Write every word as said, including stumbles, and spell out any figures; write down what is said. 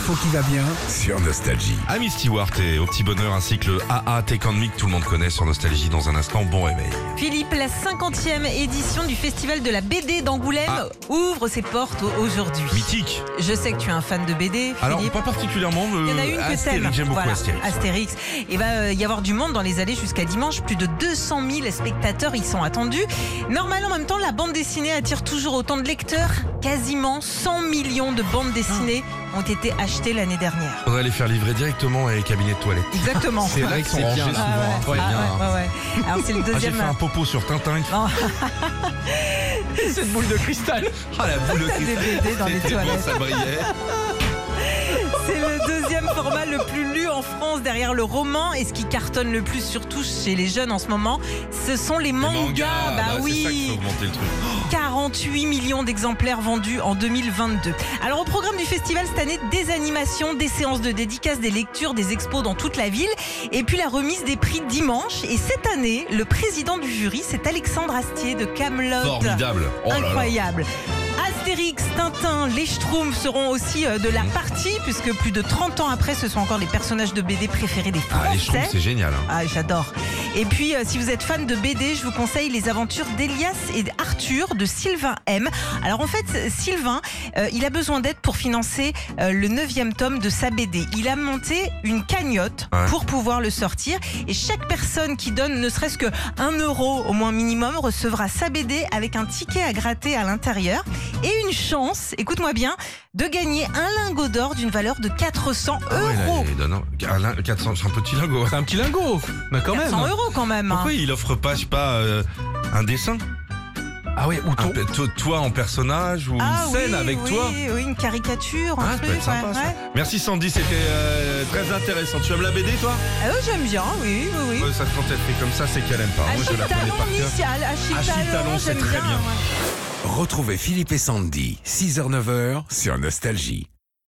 l'info qui va bien sur Nostalgie. Amy Stewart et Au Petit Bonheur ainsi que le A A Take On Me que tout le monde connaît sur Nostalgie. Dans un instant, bon réveil. Philippe, la cinquantième édition du Festival de la B D d'Angoulême Ah. ouvre ses portes aujourd'hui. Mythique. Je sais que tu es un fan de B D, Philippe. Alors, pas particulièrement. Euh, Il y en a une que Astérix, t'aimes. j'aime beaucoup Voilà, Astérix. Astérix. Il va euh, y avoir du monde dans les allées jusqu'à dimanche. Plus de deux cent mille spectateurs y sont attendus. Normal, en même temps, la bande dessinée attire toujours autant de lecteurs. Quasiment cent millions de bandes dessinées ont été achetées l'année dernière. On va les faire livrer directement à les cabinets de toilettes. Exactement. C'est là qu'ils sont rangés bien, souvent. Ah ouais, Ouais, ah bien, hein. ouais, ouais, ouais. Alors c'est le Ah, j'ai deuxième. fait un popo sur Tintin. Cette boule de cristal. Ah, la boule de Des cristal. B D dans les C'était beau, toilettes. ça brillait. C'est le deuxième format le plus lu en France derrière le roman. Et ce qui cartonne le plus, surtout chez les jeunes en ce moment, ce sont les mangas. Les mangas, bah, bah, oui. C'est ça qui fait augmenter le truc. quarante-huit millions d'exemplaires vendus en deux mille vingt-deux. Alors au programme du festival cette année, des animations, des séances de dédicaces, des lectures, des expos dans toute la ville et puis la remise des prix dimanche. Et cette année, le président du jury, c'est Alexandre Astier de Kaamelott. Formidable. Oh là là. Incroyable. Astérix, Tintin, les Schtroumpfs seront aussi euh, de la partie puisque plus de trente ans après, ce sont encore les personnages de B D préférés des Français. Ah, les Schtroumpfs, c'est génial. Hein. Ah, j'adore. Et puis, euh, si vous êtes fan de B D, je vous conseille les aventures d'Elias et d'Arthur de Sylvain M. Alors en fait, Sylvain, euh, il a besoin d'aide pour financer euh, le neuvième tome de sa B D. Il a monté une cagnotte Ouais. pour pouvoir le sortir. Et chaque personne qui donne ne serait-ce que un euro au moins minimum recevra sa B D avec un ticket à gratter à l'intérieur. Et une chance, écoute-moi bien, de gagner un lingot d'or d'une valeur de quatre cents Ah ouais, là, euros. il donne un- un lin- quatre cents, c'est un petit lingot. C'est un petit lingot. Mais quand quatre cents même. euros quand même. hein. Pourquoi il offre pas, je sais pas, euh, un dessin Ah ouais, ou un, ton. pe- to- Toi en personnage ou Ah une scène oui, avec oui, toi. Oui, une caricature, un Ah, ça truc. peut être sympa ouais, ça. ouais. Merci Sandy, c'était euh, très intéressant. Tu aimes la B D toi? Ah oui, j'aime bien, oui, oui, oui. Ouais, ça, quand elle fait comme ça, c'est qu'elle aime pas. Moi je Achille la connais Talon par cœur. initial, Achille Achille Talon, Talon, c'est j'aime très bien. ouais. Retrouvez Philippe et Sandy, six heures neuf heures sur Nostalgie.